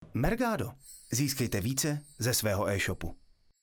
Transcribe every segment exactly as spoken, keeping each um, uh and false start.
Mergado. Získejte více ze svého e-shopu.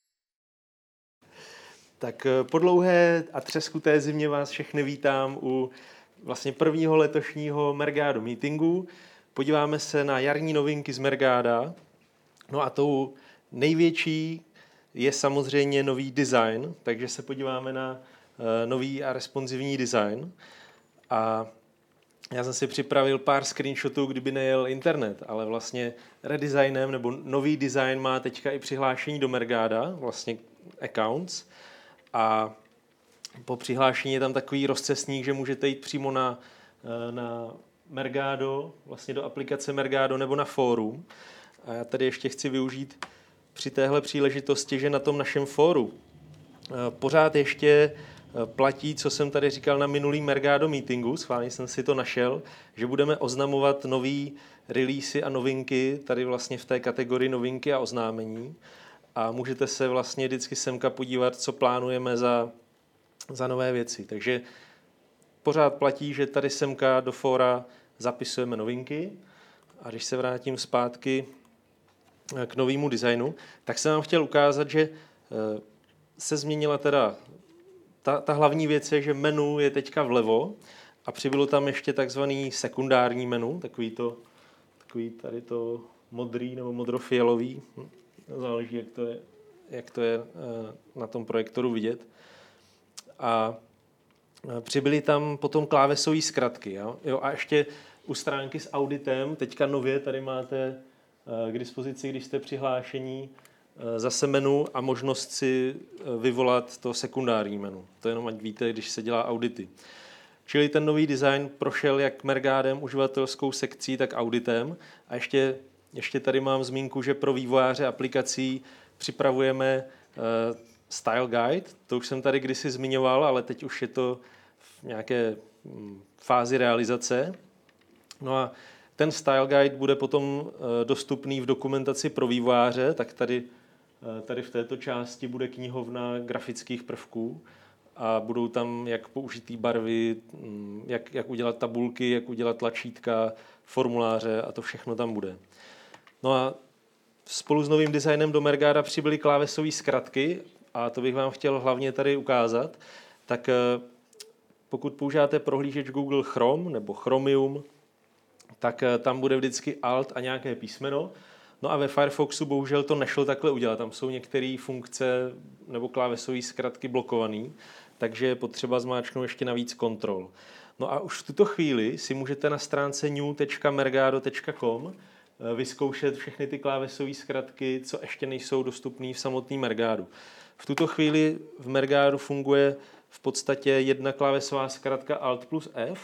Tak po dlouhé a třeskuté zimě vás všechny vítám u vlastně prvního letošního Mergado meetingu. Podíváme se na jarní novinky z Mergada. No a tou největší je samozřejmě nový design, takže se podíváme na uh, nový a responsivní design. A já jsem si připravil pár screenshotů, kdyby nejel internet, ale vlastně redesignem nebo nový design má teďka i přihlášení do Mergada, vlastně accounts. A po přihlášení je tam takový rozcestník, že můžete jít přímo na, na Mergado, vlastně do aplikace Mergado nebo na fórum. A já tady ještě chci využít při téhle příležitosti, že na tom našem fóru pořád ještě platí, co jsem tady říkal na minulý Mergado meetingu, schválně jsem si to našel, že budeme oznamovat nový releasy a novinky tady vlastně v té kategorii novinky a oznámení. A můžete se vlastně vždycky semka podívat, co plánujeme za, za nové věci. Takže pořád platí, že tady semka do fóra zapisujeme novinky. A když se vrátím zpátky k novému designu, tak jsem vám chtěl ukázat, že se změnila teda ta, ta hlavní věc je, že menu je teďka vlevo a přibylo tam ještě takzvaný sekundární menu, takový to, takový tady to modrý nebo modrofialový. Záleží, jak to je, jak to je na tom projektoru vidět. A přibyly tam potom klávesové zkratky. Jo? Jo, a ještě u stránky s auditem, teďka nově tady máte k dispozici, když jste přihlášení, zase menu a možnost si vyvolat to sekundární menu. To jenom ať víte, když se dělá audity. Čili ten nový design prošel jak Mergadem, uživatelskou sekcí, tak auditem. A ještě Ještě tady mám zmínku, že pro vývojáře aplikací připravujeme uh, Style Guide. To už jsem tady kdysi zmiňoval, ale teď už je to v nějaké um, fázi realizace. No a ten Style Guide bude potom uh, dostupný v dokumentaci pro vývojáře, tak tady, uh, tady v této části bude knihovna grafických prvků a budou tam jak použitý barvy, um, jak, jak udělat tabulky, jak udělat tlačítka, formuláře a to všechno tam bude. No a spolu s novým designem do Mergada přibyly klávesové zkratky a to bych vám chtěl hlavně tady ukázat. Tak pokud používáte prohlížeč Google Chrome nebo Chromium, tak tam bude vždycky Alt a nějaké písmeno. No a ve Firefoxu bohužel to nešlo takhle udělat. Tam jsou některé funkce nebo klávesové zkratky blokované, takže je potřeba zmáčknout ještě navíc kontrol. No a už v tuto chvíli si můžete na stránce new tečka mergado tečka com vyzkoušet všechny ty klávesové zkratky, co ještě nejsou dostupné v samotném Mergadu. V tuto chvíli v Mergadu funguje v podstatě jedna klávesová zkratka Alt plus F,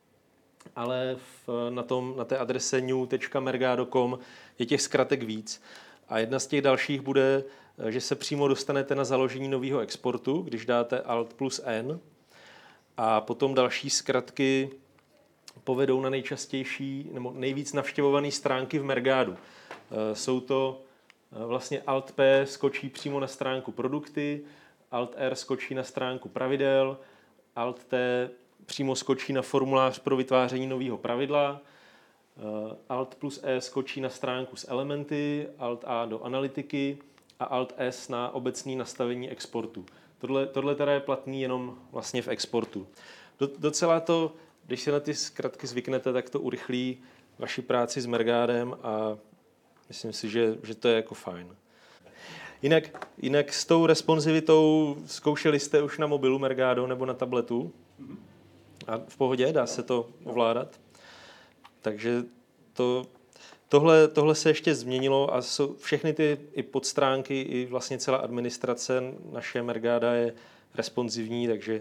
ale v, na, tom, na té adrese new tečka mergado tečka com je těch zkratek víc. A jedna z těch dalších bude, že se přímo dostanete na založení nového exportu, když dáte Alt plus N. A potom další zkratky povedou na nejčastější nebo nejvíc navštěvované stránky v Mergadu. Jsou to vlastně Alt P skočí přímo na stránku produkty, Alt R skočí na stránku pravidel, Alt T přímo skočí na formulář pro vytváření nového pravidla, Alt plus E skočí na stránku s elementy, Alt A do analytiky a Alt S na obecné nastavení exportu. Tohle, tohle teda je platný jenom vlastně v exportu. Do, docela to, když se na ty zkratky zvyknete, tak to urychlí vaši práci s Mergadem a myslím si, že, že to je jako fajn. Jinak, jinak s tou responsivitou zkoušeli jste už na mobilu Mergado nebo na tabletu? A v pohodě, dá se to ovládat? Takže to, tohle, tohle se ještě změnilo a jsou všechny ty i podstránky, i vlastně celá administrace naše Mergada je responsivní, takže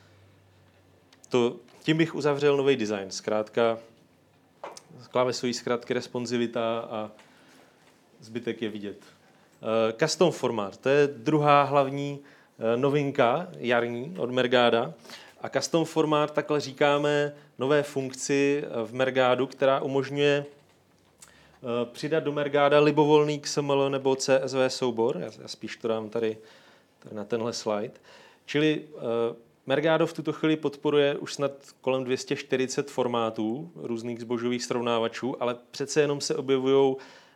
to, tím bych uzavřel nový design. Zkrátka klávesové zkrátky, responsivita a zbytek je vidět. Custom formát, to je druhá hlavní novinka jarní od Mergada. A custom formát takhle říkáme nové funkci v Mergadu, která umožňuje přidat do Mergada libovolný X M L nebo C S V soubor. Já spíš to dám tady, tady na tenhle slide. Čili Mergado v tuto chvíli podporuje už snad kolem dvě stě čtyřicet formátů různých zbožových srovnávačů, ale přece jenom se objevují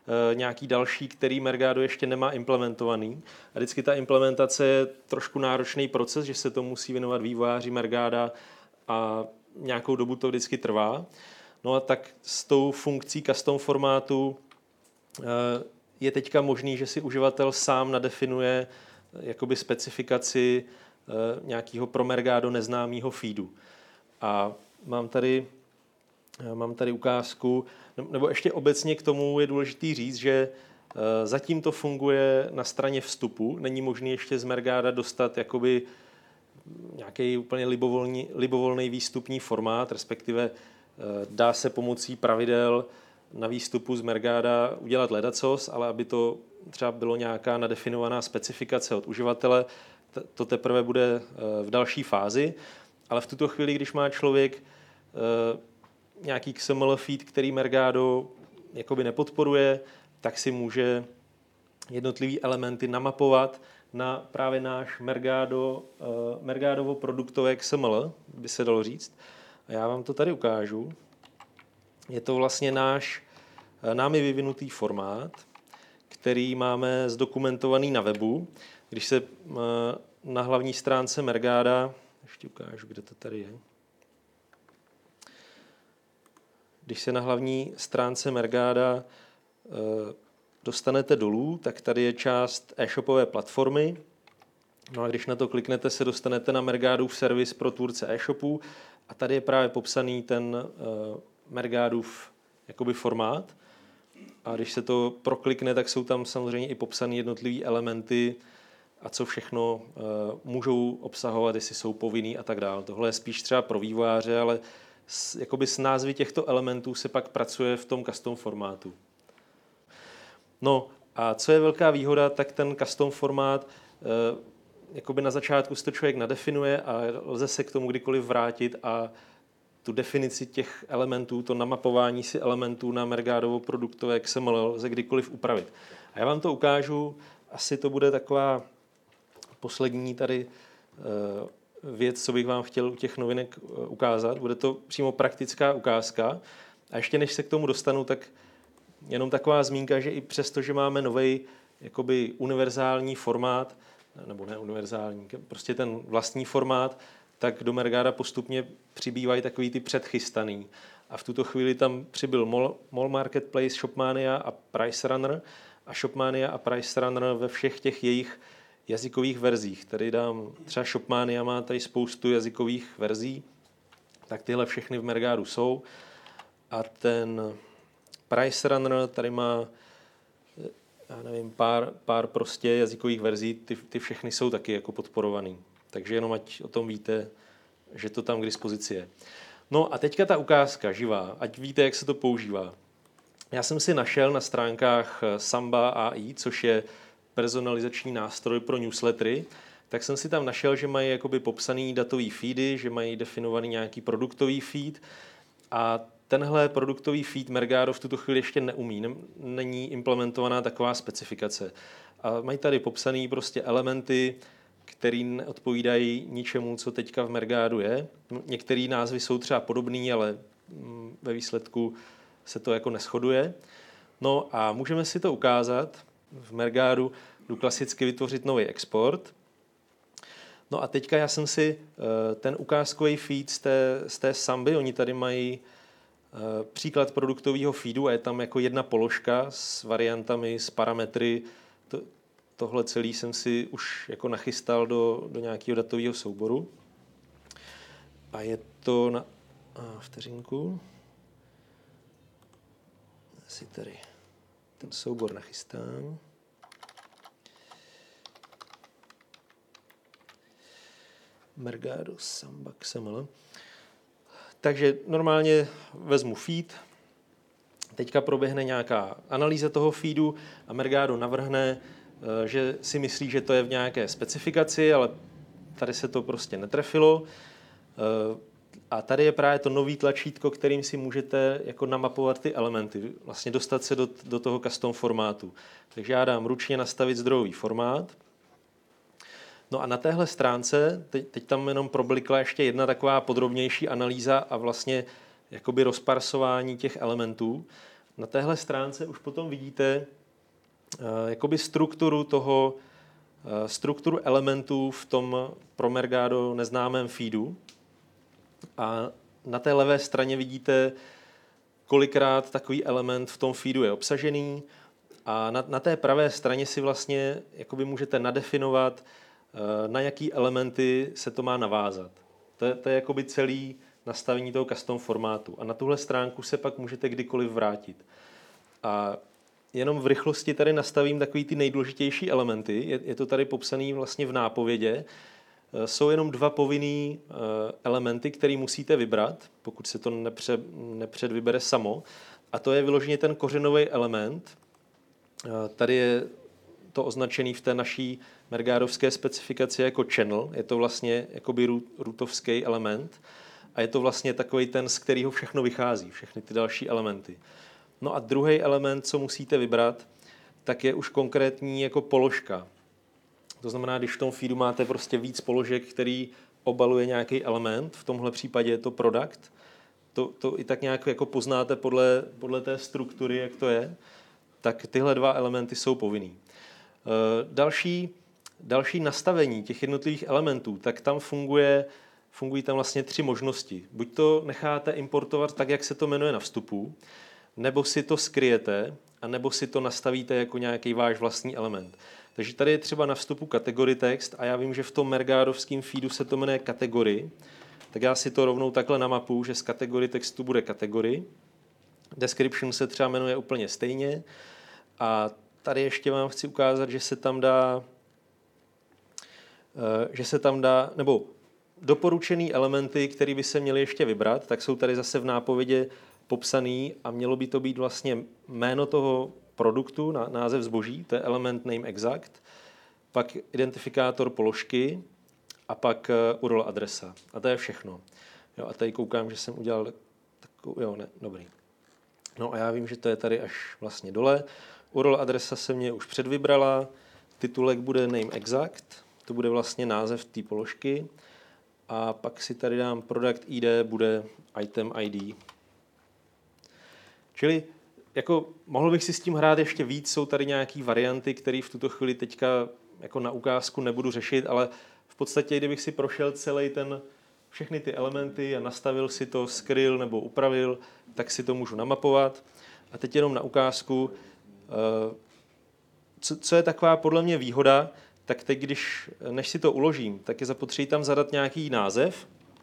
nějaký další, který Mergado ještě nemá implementovaný. A vždycky ta implementace je trošku náročný proces, že se to musí věnovat vývojáři Mergada a nějakou dobu to vždycky trvá. No a tak s tou funkcí custom formátu je teďka možný, že si uživatel sám nadefinuje jakoby specifikaci nějakého pro Mergado neznámého feedu. A mám tady, mám tady ukázku, nebo ještě obecně k tomu je důležitý říct, že zatím to funguje na straně vstupu. Není možný ještě z Mergada dostat jakoby nějaký úplně libovolný, libovolný výstupní formát, respektive dá se pomocí pravidel na výstupu z Mergada udělat ledacos, ale aby to třeba bylo nějaká nadefinovaná specifikace od uživatele, to teprve bude v další fázi. Ale v tuto chvíli, když má člověk nějaký X M L feed, který Mergado jakoby nepodporuje, tak si může jednotlivý elementy namapovat na právě náš Mergado, Mergadovo produktové X M L, by se dalo říct. A já vám to tady ukážu. Je to vlastně náš námi vyvinutý formát, který máme zdokumentovaný na webu. Když se na hlavní stránce Mergada, ještě ukážu, kde to tady je. Když se na hlavní stránce Mergada dostanete dolů, tak tady je část e-shopové platformy. No a když na to kliknete, se dostanete na Mergadův servis pro tvůrce e-shopů a tady je právě popsaný ten Mergadův jakoby formát. A když se to proklikne, tak jsou tam samozřejmě i popsané jednotlivé elementy a co všechno uh, můžou obsahovat, jestli jsou povinný a tak dále. Tohle je spíš třeba pro vývojáře, ale s, jakoby s názvy těchto elementů se pak pracuje v tom custom formátu. No a co je velká výhoda, tak ten custom formát uh, jakoby na začátku si to člověk nadefinuje a lze se k tomu kdykoliv vrátit a tu definici těch elementů, to namapování si elementů na Mergadovo produktové X M L lze kdykoliv upravit. A já vám to ukážu, asi to bude taková poslední tady věc, co bych vám chtěl u těch novinek ukázat. Bude to přímo praktická ukázka. A ještě než se k tomu dostanu, tak jenom taková zmínka, že i přesto, že máme nový jakoby univerzální formát, nebo ne univerzální, prostě ten vlastní formát, tak do Mergada postupně přibývají takový ty předchystaný. A v tuto chvíli tam přibyl Mall, Mall Marketplace, Shopmania a Price Runner. A Shopmania a Price Runner ve všech těch jejich jazykových verzích. Tady dám, třeba Shopmania má tady spoustu jazykových verzí, tak tyhle všechny v Mergadu jsou. A ten Price Runner tady má, já nevím, pár, pár prostě jazykových verzí, ty, ty všechny jsou taky jako podporovaný. Takže jenom ať o tom víte, že to tam k dispozici je. No a teďka ta ukázka živá, ať víte, jak se to používá. Já jsem si našel na stránkách Samba A I, což je personalizační nástroj pro newslettery, tak jsem si tam našel, že mají jakoby popsaný datový feedy, že mají definovaný nějaký produktový feed a tenhle produktový feed Mergado v tuto chvíli ještě neumí, není implementovaná taková specifikace. A mají tady popsaný prostě elementy, který neodpovídají ničemu, co teďka v Mergadu je. Některé názvy jsou třeba podobné, ale ve výsledku se to jako neshoduje. No a můžeme si to ukázat. V Mergadu jdu klasicky vytvořit nový export. No a teďka já jsem si ten ukázkový feed z té, z té Samby, oni tady mají příklad produktového feedu a je tam jako jedna položka s variantami, s parametry. To, tohle celý jsem si už jako nachystal do, do nějakého datového souboru. A je to na a, vteřinku. Si tady ten soubor nachystám. Mergado Samba X M L. Takže normálně vezmu feed, teďka proběhne nějaká analýza toho feedu a Mergado navrhne, že si myslí, že to je v nějaké specifikaci, ale tady se to prostě netrefilo. A tady je právě to nový tlačítko, kterým si můžete jako namapovat ty elementy, vlastně dostat se do, do toho custom formátu. Takže já dám ručně nastavit zdrojový formát. No a na téhle stránce, teď, teď tam jenom problikla ještě jedna taková podrobnější analýza a vlastně jakoby rozparsování těch elementů. na téhle stránce už potom vidíte uh, jakoby strukturu toho, uh, strukturu elementů v tom pro Mergado neznámém feedu. A na té levé straně vidíte, kolikrát takový element v tom feedu je obsažený. A na, na té pravé straně si vlastně jakoby můžete nadefinovat, na jaký elementy se to má navázat. To je, to je jakoby celý nastavení toho custom formátu. A na tuhle stránku se pak můžete kdykoliv vrátit. A jenom v rychlosti tady nastavím takový ty nejdůležitější elementy. Je, je to tady popsaný vlastně v nápovědě. Jsou jenom dva povinný elementy, které musíte vybrat, pokud se to nepře, nepředvybere samo. A to je vyloženě ten kořenový element. Tady je to označený v té naší mergádovské specifikaci jako channel. Je to vlastně jakoby rootovský element. A je to vlastně takový ten, z kterého všechno vychází, všechny ty další elementy. No a druhý element, co musíte vybrat, tak je už konkrétní jako položka. To znamená, když v tom feedu máte prostě víc položek, který obaluje nějaký element, v tomhle případě je to product, to, to i tak nějak jako poznáte podle, podle té struktury, jak to je, tak tyhle dva elementy jsou povinný. Další, další nastavení těch jednotlivých elementů, tak tam funguje, fungují tam vlastně tři možnosti. Buď to necháte importovat tak, jak se to jmenuje na vstupu, nebo si to skryjete, a nebo si to nastavíte jako nějaký váš vlastní element. Takže tady je třeba na vstupu kategory text a já vím, že v tom mergádovském feedu se to jmenuje kategory, tak já si to rovnou takhle namapuju, že z kategory textu bude kategory. Description se třeba jmenuje úplně stejně a tady ještě vám chci ukázat, že se tam dá, že se tam dá, nebo doporučený elementy, které by se měly ještě vybrat, tak jsou tady zase v nápovědě popsaný a mělo by to být vlastně jméno toho produktu, název zboží, to je element name exact, pak identifikátor položky a pak U R L adresa. A to je všechno. Jo, a tady koukám, že jsem udělal takovou, jo, ne, dobrý. No a já vím, že to je tady až vlastně dole. U R L adresa se mě už předvybrala, titulek bude name exact, to bude vlastně název té položky a pak si tady dám product I D, bude item I D. Čili jako mohl bych si s tím hrát ještě víc, jsou tady nějaké varianty, které v tuto chvíli teďka jako na ukázku nebudu řešit, ale v podstatě, kdybych si prošel celý ten, všechny ty elementy a nastavil si to, skryl nebo upravil, tak si to můžu namapovat. A teď jenom na ukázku, co, co je taková podle mě výhoda, tak teď, když, než si to uložím, tak je zapotřebí tam zadat nějaký název.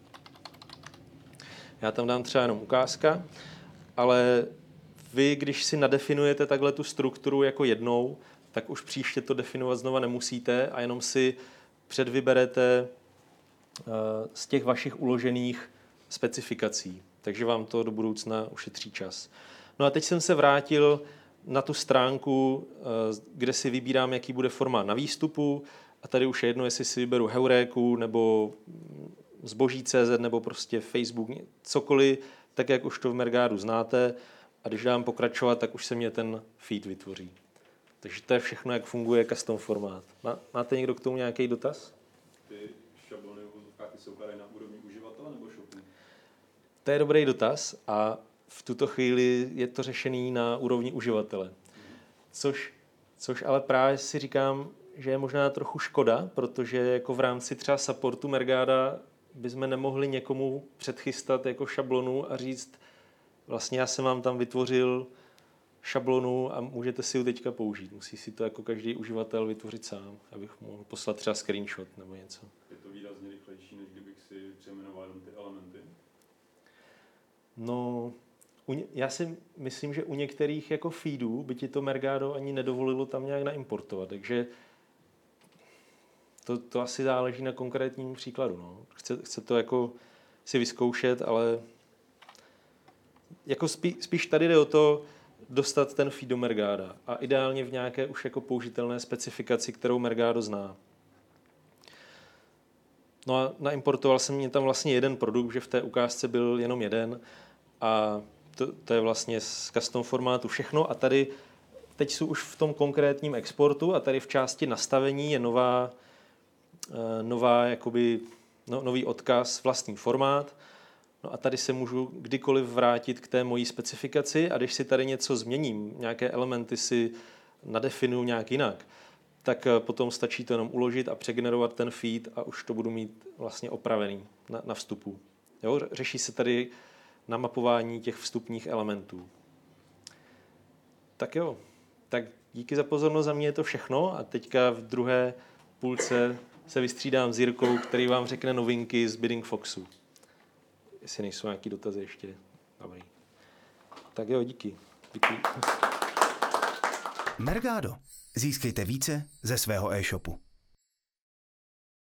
Já tam dám třeba jenom ukázka, ale vy, když si nadefinujete takhle tu strukturu jako jednou, tak už příště to definovat znova nemusíte a jenom si předvyberete z těch vašich uložených specifikací. Takže vám to do budoucna ušetří čas. No a teď jsem se vrátil na tu stránku, kde si vybírám, jaký bude formát na výstupu a tady už je jedno, jestli si vyberu Heuréku nebo zboží tečka cé zet nebo prostě Facebook, cokoliv, tak jak už to v Mergádu znáte. A když dám pokračovat, tak už se mě ten feed vytvoří. Takže to je všechno, jak funguje custom formát. Máte někdo k tomu nějaký dotaz? Ty šablony v vozovkách jsou ukládají na úrovni uživatele nebo shopu? To je dobrý dotaz a v tuto chvíli je to řešený na úrovni uživatele. Což, což ale právě si říkám, že je možná trochu škoda, protože jako v rámci třeba supportu Mergáda bychom nemohli někomu předchystat jako šablonu a říct, vlastně já jsem vám tam vytvořil šablonu a můžete si ji teďka použít. Musí si to jako každý uživatel vytvořit sám, abych mohl poslat třeba screenshot nebo něco. Je to výrazně rychlejší, než kdybych si přejmenoval jenom ty elementy? No, já si myslím, že u některých jako feedů by ti to Mergado ani nedovolilo tam nějak naimportovat, takže to, to asi záleží na konkrétním příkladu. No. Chce, chce to jako si vyzkoušet, ale jako spí, spíš tady jde o to dostat ten feed do Mergáda a ideálně v nějaké už jako použitelné specifikaci, kterou Mergado zná. No a naimportoval jsem mě tam vlastně jeden produkt, že v té ukázce byl jenom jeden a to, to je vlastně z custom formátu všechno a tady teď jsou už v tom konkrétním exportu a tady v části nastavení je nová, nová jakoby, no, nový odkaz vlastní formát. No a tady se můžu kdykoliv vrátit k té mojí specifikaci a když si tady něco změním, nějaké elementy si nadefinuju nějak jinak, tak potom stačí to jenom uložit a přegenerovat ten feed a už to budu mít vlastně opravený na, na vstupu. Jo? Řeší se tady namapování těch vstupních elementů. Tak jo, tak díky za pozornost, za mě je to všechno a teďka v druhé půlce se vystřídám s Jirkou, který vám řekne novinky z Bidding Foxu. Jestli nejsou nějaký dotazy ještě. Dobrý. Tak jo, díky. díky. Mergado. Získejte více ze svého e-shopu.